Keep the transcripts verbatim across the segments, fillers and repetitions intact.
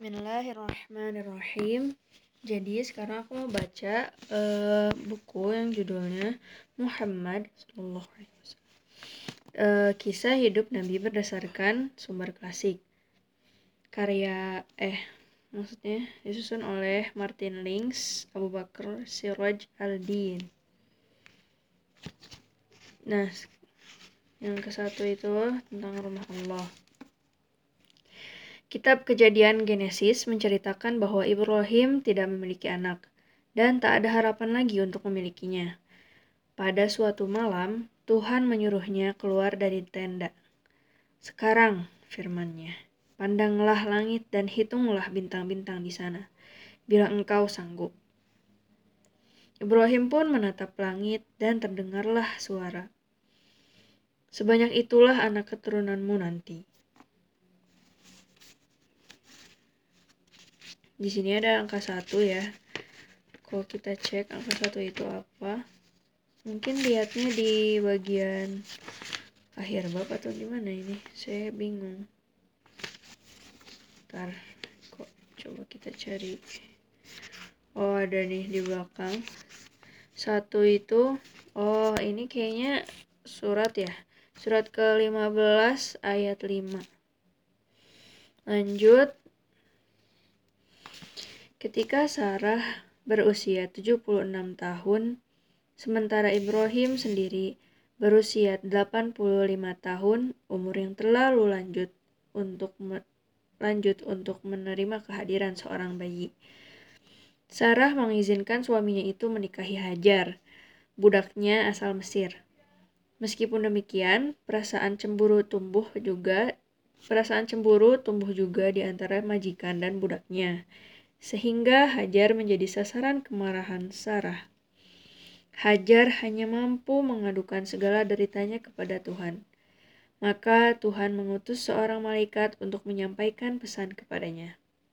Bismillahirrahmanirrahim. Jadi sekarang aku mau baca uh, buku yang judulnya Muhammad Sallallahu Alaihi Wasallam. Uh, kisah hidup Nabi berdasarkan sumber klasik. Karya eh maksudnya disusun oleh Martin Lings, Abu Bakar Siraj Al-Din. Nah, yang ke satu itu tentang rumah Allah. Kitab Kejadian Genesis menceritakan bahwa Ibrahim tidak memiliki anak, dan tak ada harapan lagi untuk memilikinya. Pada suatu malam, Tuhan menyuruhnya keluar dari tenda. Sekarang, firman-Nya, pandanglah langit dan hitunglah bintang-bintang di sana, bila engkau sanggup. Ibrahim pun menatap langit dan terdengarlah suara. Sebanyak itulah anak keturunanmu nanti. Di sini ada angka satu ya. Kalau kita cek angka satu itu apa, mungkin lihatnya di bagian akhir bab atau gimana ini, saya bingung. Ntar, kok coba kita cari. Oh, ada nih di belakang. Satu itu, oh ini kayaknya surat ya. Surat ke lima belas ayat lima. Lanjut. Ketika Sarah berusia tujuh puluh enam tahun, sementara Ibrahim sendiri berusia delapan puluh lima tahun, umur yang terlalu lanjut untuk me- lanjut untuk menerima kehadiran seorang bayi. Sarah mengizinkan suaminya itu menikahi Hajar, budaknya asal Mesir. Meskipun demikian, perasaan cemburu tumbuh juga perasaan cemburu tumbuh juga di antara majikan dan budaknya, sehingga Hajar menjadi sasaran kemarahan Sarah. Hajar hanya mampu mengadukan segala deritanya kepada Tuhan. Maka Tuhan mengutus seorang malaikat untuk menyampaikan pesan kepadanya.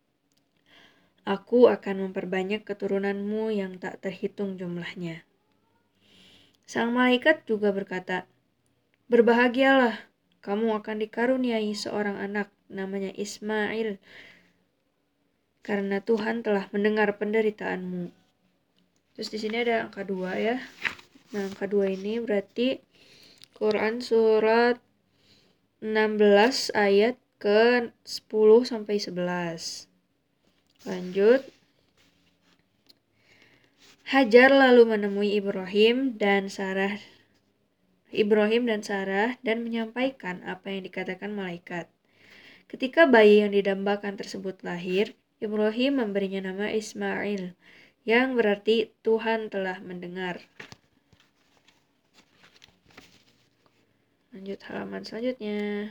Aku akan memperbanyak keturunanmu yang tak terhitung jumlahnya. Sang malaikat juga berkata, berbahagialah, kamu akan dikaruniai seorang anak namanya Ismail, karena Tuhan telah mendengar penderitaanmu. Terus di sini ada angka dua ya. Nah, angka dua ini berarti Quran surat enam belas ayat ke sepuluh sampai sebelas. Lanjut. Hajar lalu menemui Ibrahim dan Sarah Ibrahim dan Sarah dan menyampaikan apa yang dikatakan malaikat. Ketika bayi yang didambakan tersebut lahir, Ibrahim memberinya nama Ismail, yang berarti Tuhan telah mendengar. Lanjut halaman selanjutnya.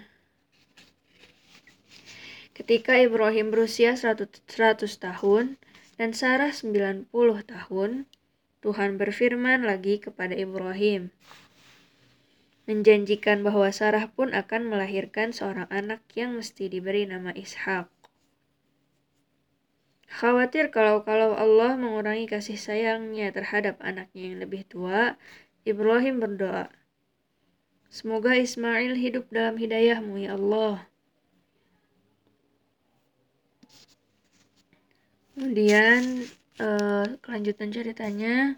Ketika Ibrahim berusia seratus tahun dan Sarah sembilan puluh tahun, Tuhan berfirman lagi kepada Ibrahim, menjanjikan bahwa Sarah pun akan melahirkan seorang anak yang mesti diberi nama Ishak. Khawatir kalau-kalau Allah mengurangi kasih sayangnya terhadap anaknya yang lebih tua, Ibrahim berdoa, semoga Ismail hidup dalam hidayah-Mu ya Allah. Kemudian uh, kelanjutan ceritanya,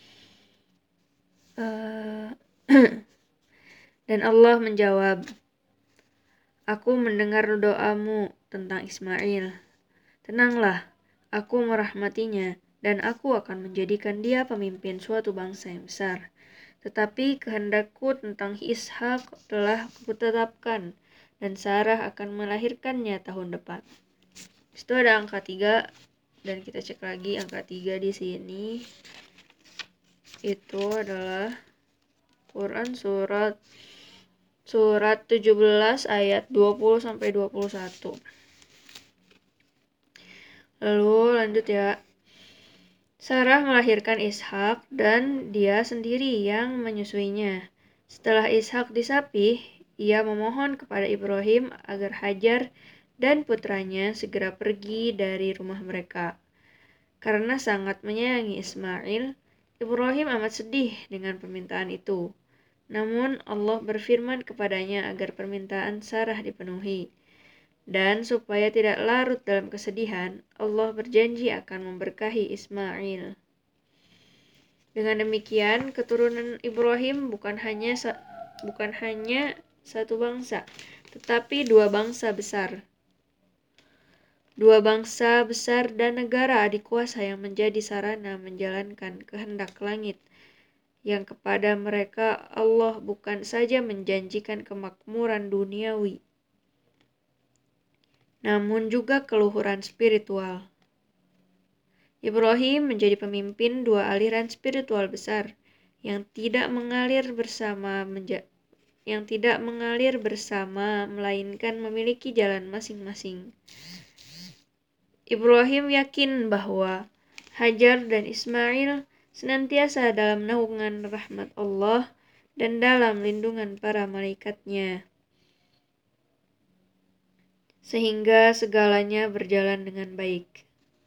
uh, dan Allah menjawab, aku mendengar doamu tentang Ismail. Tenanglah, aku merahmatinya, dan aku akan menjadikan dia pemimpin suatu bangsa yang besar. Tetapi kehendakku tentang Ishak telah kutetapkan, dan Sarah akan melahirkannya tahun depan. Itu ada angka tiga, dan kita cek lagi angka tiga di sini. Itu adalah Quran surat surat tujuh belas ayat dua puluh sampai dua puluh satu. Lalu lanjut ya. Sarah melahirkan Ishak dan dia sendiri yang menyusuinya. Setelah Ishak disapih, ia memohon kepada Ibrahim agar Hajar dan putranya segera pergi dari rumah mereka. Karena sangat menyayangi Ismail, Ibrahim amat sedih dengan permintaan itu. Namun Allah berfirman kepadanya agar permintaan Sarah dipenuhi. Dan supaya tidak larut dalam kesedihan, Allah berjanji akan memberkahi Ismail. Dengan demikian, keturunan Ibrahim bukan hanya bukan hanya satu bangsa, tetapi dua bangsa besar. Dua bangsa besar dan negara adikuasa yang menjadi sarana menjalankan kehendak langit, yang kepada mereka Allah bukan saja menjanjikan kemakmuran duniawi, namun juga keluhuran spiritual. Ibrahim menjadi pemimpin dua aliran spiritual besar yang tidak mengalir bersama menja- yang tidak mengalir bersama melainkan memiliki jalan masing-masing. Ibrahim yakin bahwa Hajar dan Ismail senantiasa dalam naungan rahmat Allah dan dalam lindungan para malaikatnya, sehingga segalanya berjalan dengan baik.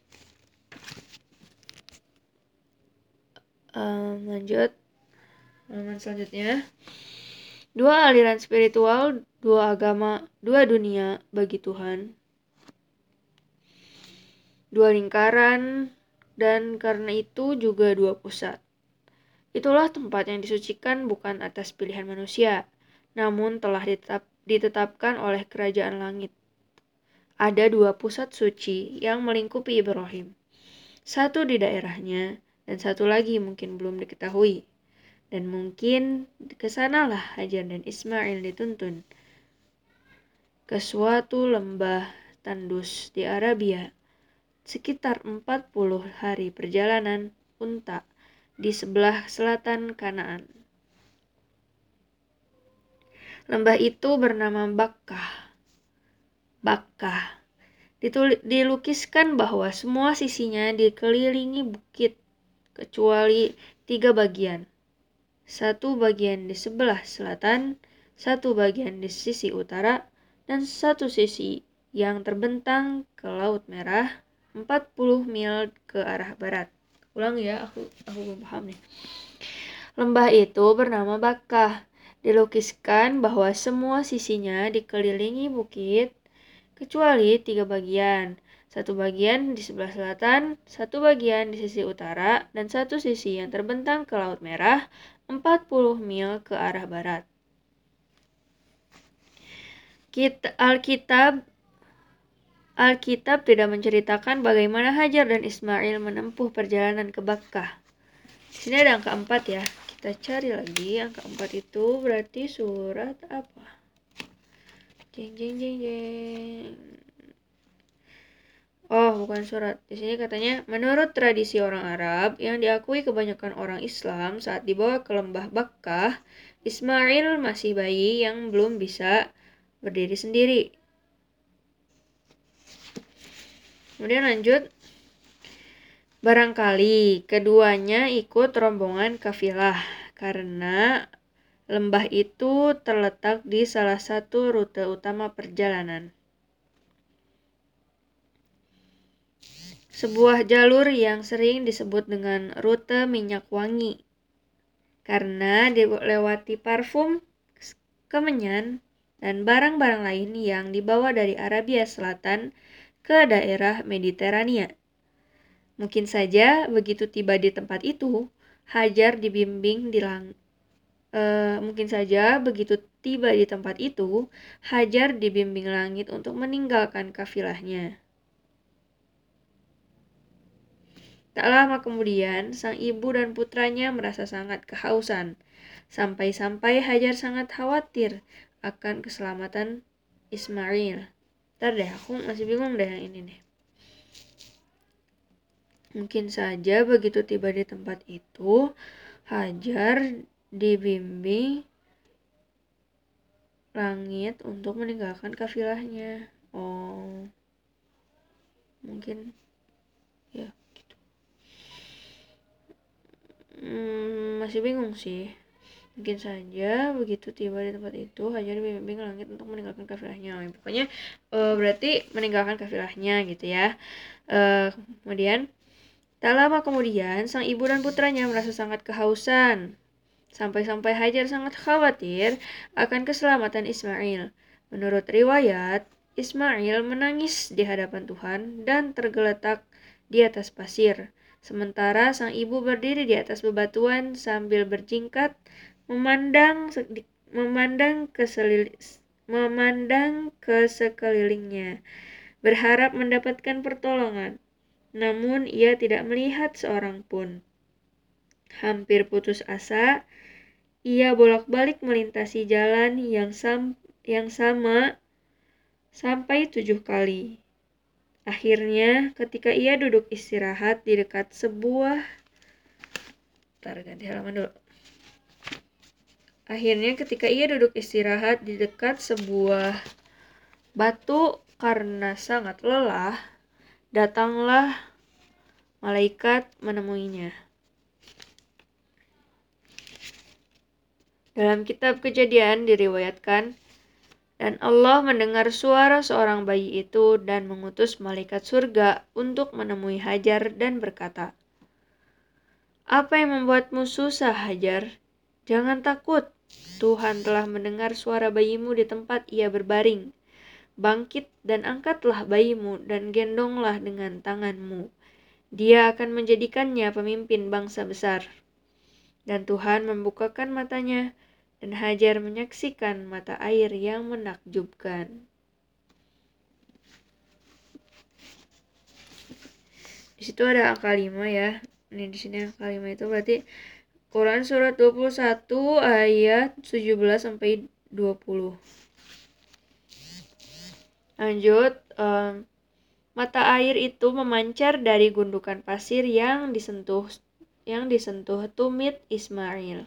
Um, lanjut, halaman selanjutnya. Dua aliran spiritual, dua agama, dua dunia bagi Tuhan. Dua lingkaran, dan karena itu juga dua pusat. Itulah tempat yang disucikan bukan atas pilihan manusia, namun telah ditetap, ditetapkan oleh kerajaan langit. Ada dua pusat suci yang melingkupi Ibrahim. Satu di daerahnya, dan satu lagi mungkin belum diketahui. Dan mungkin kesanalah Hajar dan Ismail dituntun ke suatu lembah tandus di Arabia, sekitar empat puluh hari perjalanan unta di sebelah selatan Kanaan. Lembah itu bernama Bakkah. Bakkah. Dilukiskan bahwa semua sisinya dikelilingi bukit, kecuali tiga bagian. Satu bagian di sebelah selatan, satu bagian di sisi utara, dan satu sisi yang terbentang ke Laut Merah, empat puluh mil ke arah barat. Ulang ya, aku aku belum paham nih. Lembah itu bernama Bakkah. Dilukiskan bahwa semua sisinya dikelilingi bukit, kecuali tiga bagian. Satu bagian di sebelah selatan, satu bagian di sisi utara, dan satu sisi yang terbentang ke Laut Merah, empat puluh mil ke arah barat. Kita, Alkitab Alkitab tidak menceritakan bagaimana Hajar dan Ismail menempuh perjalanan ke Bakkah. Di sini ada angka empat ya. Kita cari lagi angka empat itu berarti surat apa? Jeng jeng jeng jeng. Oh, bukan surat. Di sini katanya, menurut tradisi orang Arab yang diakui kebanyakan orang Islam saat dibawa ke lembah Bakkah, Ismail masih bayi yang belum bisa berdiri sendiri. Kemudian lanjut. Barangkali keduanya ikut rombongan kafilah karena lembah itu terletak di salah satu rute utama perjalanan. Sebuah jalur yang sering disebut dengan rute minyak wangi karena dilewati parfum, kemenyan, dan barang-barang lain yang dibawa dari Arabia Selatan ke daerah Mediterania. Mungkin saja begitu tiba di tempat itu, Hajar dibimbing di lang uh, mungkin saja begitu tiba di tempat itu, Hajar dibimbing langit untuk meninggalkan kafilahnya. Tak lama kemudian, sang ibu dan putranya merasa sangat kehausan, sampai-sampai Hajar sangat khawatir akan keselamatan Ismail. Ntar deh, aku masih bingung deh yang ini nih. Mungkin saja begitu tiba di tempat itu, Hajar dibimbing langit untuk meninggalkan kafilahnya. Oh, mungkin ya gitu. Hmm, masih bingung sih. Mungkin saja begitu tiba di tempat itu, Hajar dibimbing langit untuk meninggalkan kafilahnya. Oh, pokoknya uh, berarti meninggalkan kafilahnya gitu ya. Uh, kemudian tak lama kemudian, sang ibu dan putranya merasa sangat kehausan. Sampai-sampai Hajar sangat khawatir akan keselamatan Ismail. Menurut riwayat, Ismail menangis di hadapan Tuhan dan tergeletak di atas pasir, sementara sang ibu berdiri di atas bebatuan sambil berjingkat memandang memandang ke memandang ke sekelilingnya, berharap mendapatkan pertolongan. Namun ia tidak melihat seorang pun. Hampir putus asa, ia bolak-balik melintasi jalan yang sam yang sama sampai tujuh kali. Akhirnya, ketika ia duduk istirahat di dekat sebuah Bentar, ganti halaman dulu. Akhirnya, ketika ia duduk istirahat di dekat sebuah batu karena sangat lelah, datanglah malaikat menemuinya. Dalam kitab Kejadian diriwayatkan, dan Allah mendengar suara seorang bayi itu dan mengutus malaikat surga untuk menemui Hajar dan berkata, "Apa yang membuatmu susah, Hajar? Jangan takut, Tuhan telah mendengar suara bayimu di tempat ia berbaring. Bangkit dan angkatlah bayimu dan gendonglah dengan tanganmu. Dia akan menjadikannya pemimpin bangsa besar." Dan Tuhan membukakan matanya, dan Hajar menyaksikan mata air yang menakjubkan. Di situ ada angka lima ya. Ini di sini angka lima itu berarti Quran surat dua puluh satu ayat tujuh belas sampai dua puluh. Lanjut, um, mata air itu memancar dari gundukan pasir yang disentuh yang disentuh tumit Ismail.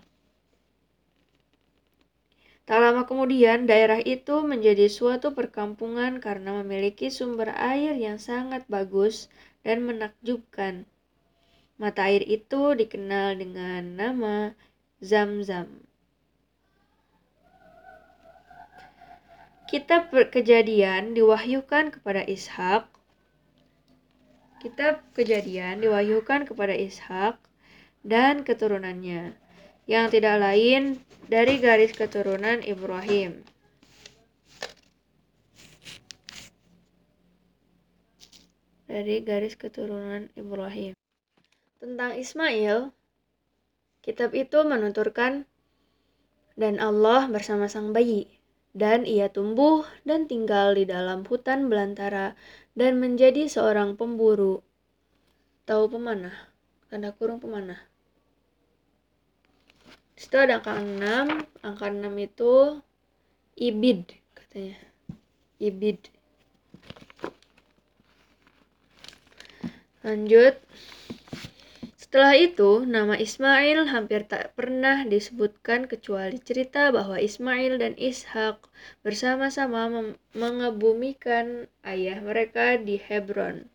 Tak lama kemudian, daerah itu menjadi suatu perkampungan karena memiliki sumber air yang sangat bagus dan menakjubkan. Mata air itu dikenal dengan nama Zam-Zam. Kitab Kejadian diwahyukan kepada Ishak. Kitab Kejadian diwahyukan kepada Ishak dan keturunannya, yang tidak lain dari garis keturunan Ibrahim. Dari garis keturunan Ibrahim. Tentang Ismail, kitab itu menuturkan, dan Allah bersama sang bayi, dan ia tumbuh dan tinggal di dalam hutan belantara dan menjadi seorang pemburu. Tahu pemanah, tanda kurung pemanah. Situ ada angka enam, angka enam itu ibid katanya. Ibid. Lanjut. Setelah itu, nama Ismail hampir tak pernah disebutkan kecuali cerita bahwa Ismail dan Ishak bersama-sama mengebumikan ayah mereka di Hebron.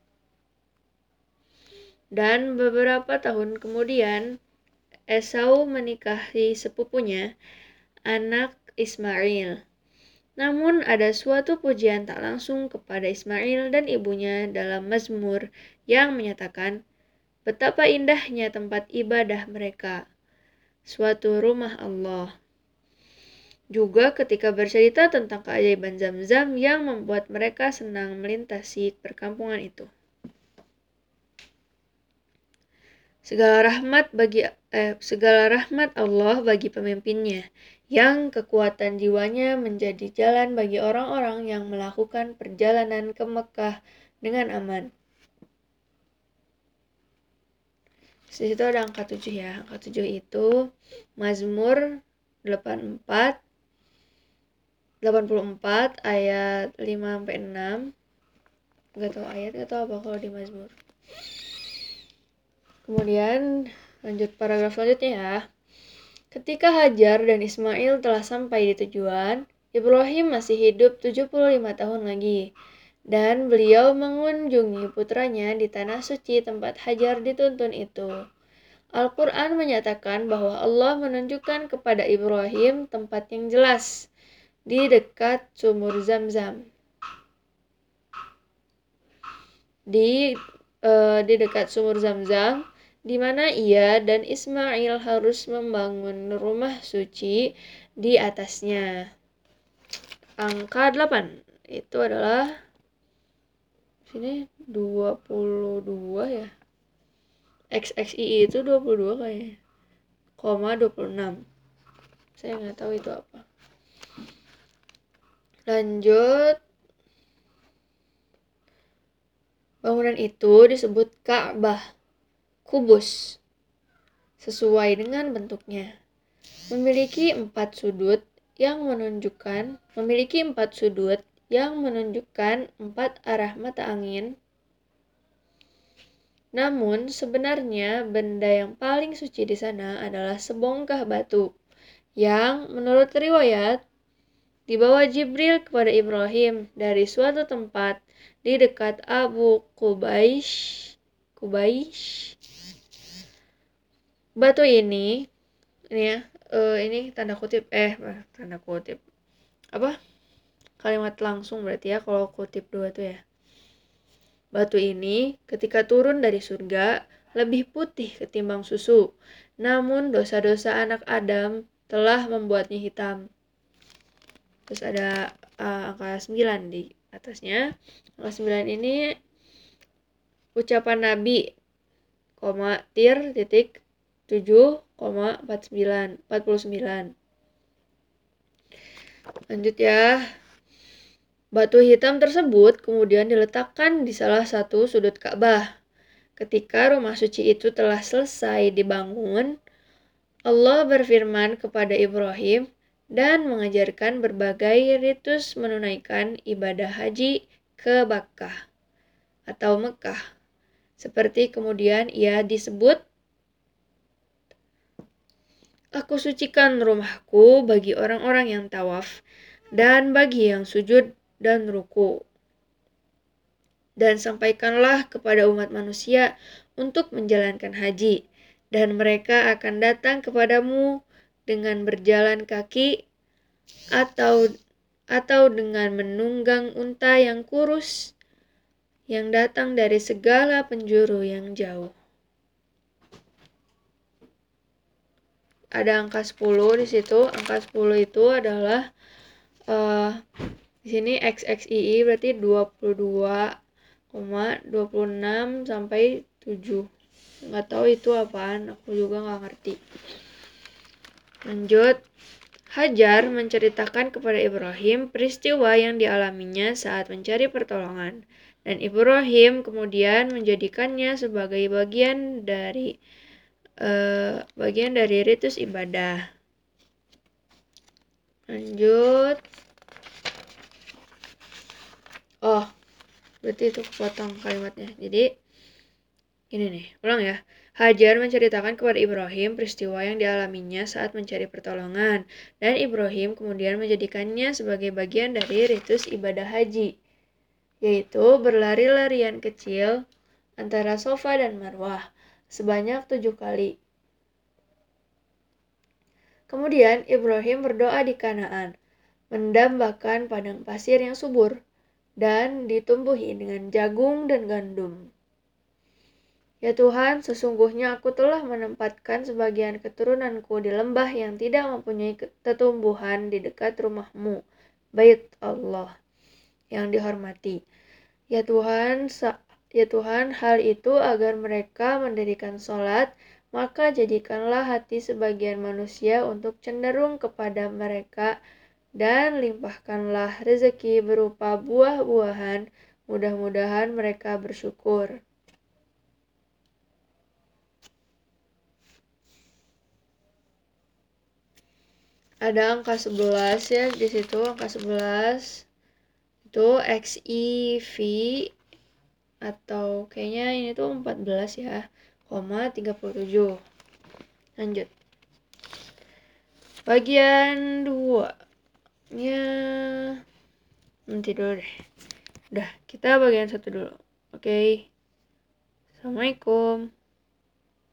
Dan beberapa tahun kemudian, Esau menikahi sepupunya, anak Ismail. Namun ada suatu pujian tak langsung kepada Ismail dan ibunya dalam Mazmur yang menyatakan betapa indahnya tempat ibadah mereka, suatu rumah Allah. Juga ketika bercerita tentang keajaiban Zam-Zam yang membuat mereka senang melintasi perkampungan itu. Segala rahmat bagi eh, segala rahmat Allah bagi pemimpinnya, yang kekuatan jiwanya menjadi jalan bagi orang-orang yang melakukan perjalanan ke Mekah dengan aman. Di situ ada angka tujuh ya. Angka tujuh itu Mazmur delapan puluh empat ayat lima sampai enam. Enggak tahu ayat atau apa kalau di Mazmur. Kemudian lanjut paragraf selanjutnya ya. Ketika Hajar dan Ismail telah sampai di tujuan, Ibrahim masih hidup tujuh puluh lima tahun lagi. Dan beliau mengunjungi putranya di tanah suci tempat Hajar dituntun itu. Al-Quran menyatakan bahwa Allah menunjukkan kepada Ibrahim tempat yang jelas di dekat sumur Zam-Zam. Di, uh, di dekat sumur Zam-Zam, di mana ia dan Ismail harus membangun rumah suci di atasnya. Angka delapan. itu adalah sini dua puluh dua ya. X X I itu dua puluh dua kayaknya. Koma dua puluh enam. Saya nggak tahu itu apa. Lanjut. Bangunan itu disebut Ka'bah, kubus, sesuai dengan bentuknya. Memiliki empat sudut yang menunjukkan memiliki empat sudut yang menunjukkan empat arah mata angin. Namun sebenarnya benda yang paling suci di sana adalah sebongkah batu yang menurut riwayat dibawa Jibril kepada Ibrahim dari suatu tempat di dekat Abu Qubaish. Qubaish. Batu ini, ini ya, uh, ini tanda kutip, eh, tanda kutip, apa? Kalimat langsung berarti ya kalau kutip dua tuh ya. Batu ini ketika turun dari surga lebih putih ketimbang susu, namun dosa-dosa anak Adam telah membuatnya hitam. Terus ada uh, angka sembilan di atasnya. Angka sembilan ini ucapan Nabi, koma, tir, titik, tujuh koma empat puluh sembilan. Lanjut ya. Batu hitam tersebut kemudian diletakkan di salah satu sudut Ka'bah. Ketika rumah suci itu telah selesai dibangun, Allah berfirman kepada Ibrahim dan mengajarkan berbagai ritus menunaikan ibadah haji ke Makkah atau Mekah. Seperti kemudian ia disebut, Aku sucikan rumahku bagi orang-orang yang tawaf dan bagi yang sujud dan ruku. Dan sampaikanlah kepada umat manusia untuk menjalankan haji, dan mereka akan datang kepadamu dengan berjalan kaki atau atau dengan menunggang unta yang kurus yang datang dari segala penjuru yang jauh. Ada angka sepuluh di situ. Angka sepuluh itu adalah uh, di sini X X I I berarti dua puluh dua koma dua puluh enam sampai tujuh. Nggak tahu itu apaan, aku juga nggak ngerti. Lanjut. Hajar menceritakan kepada Ibrahim peristiwa yang dialaminya saat mencari pertolongan, dan Ibrahim kemudian menjadikannya sebagai bagian dari uh, bagian dari ritus ibadah. Lanjut. Oh, berarti itu kepotong kalimatnya. Jadi ini nih, ulang ya. Hajar menceritakan kepada Ibrahim peristiwa yang dialaminya saat mencari pertolongan, dan Ibrahim kemudian menjadikannya sebagai bagian dari ritus ibadah haji, yaitu berlari-larian kecil antara Safa dan Marwah sebanyak tujuh kali. Kemudian Ibrahim berdoa di Kanaan, mendambakan padang pasir yang subur dan ditumbuhi dengan jagung dan gandum. Ya Tuhan, sesungguhnya aku telah menempatkan sebagian keturunanku di lembah yang tidak mempunyai tetumbuhan di dekat rumah-Mu, Bait Allah, yang dihormati. Ya Tuhan, ya Tuhan, hal itu agar mereka mendirikan sholat, maka jadikanlah hati sebagian manusia untuk cenderung kepada mereka, dan limpahkanlah rezeki berupa buah-buahan, mudah-mudahan mereka bersyukur. Ada angka sebelas ya di situ, angka sebelas itu X I V atau kayaknya ini tuh empat belas ya, koma tiga puluh tujuh. Lanjut. Bagian dua ya nanti dulu deh. Udah, kita bagian satu dulu. Oke. Assalamualaikum.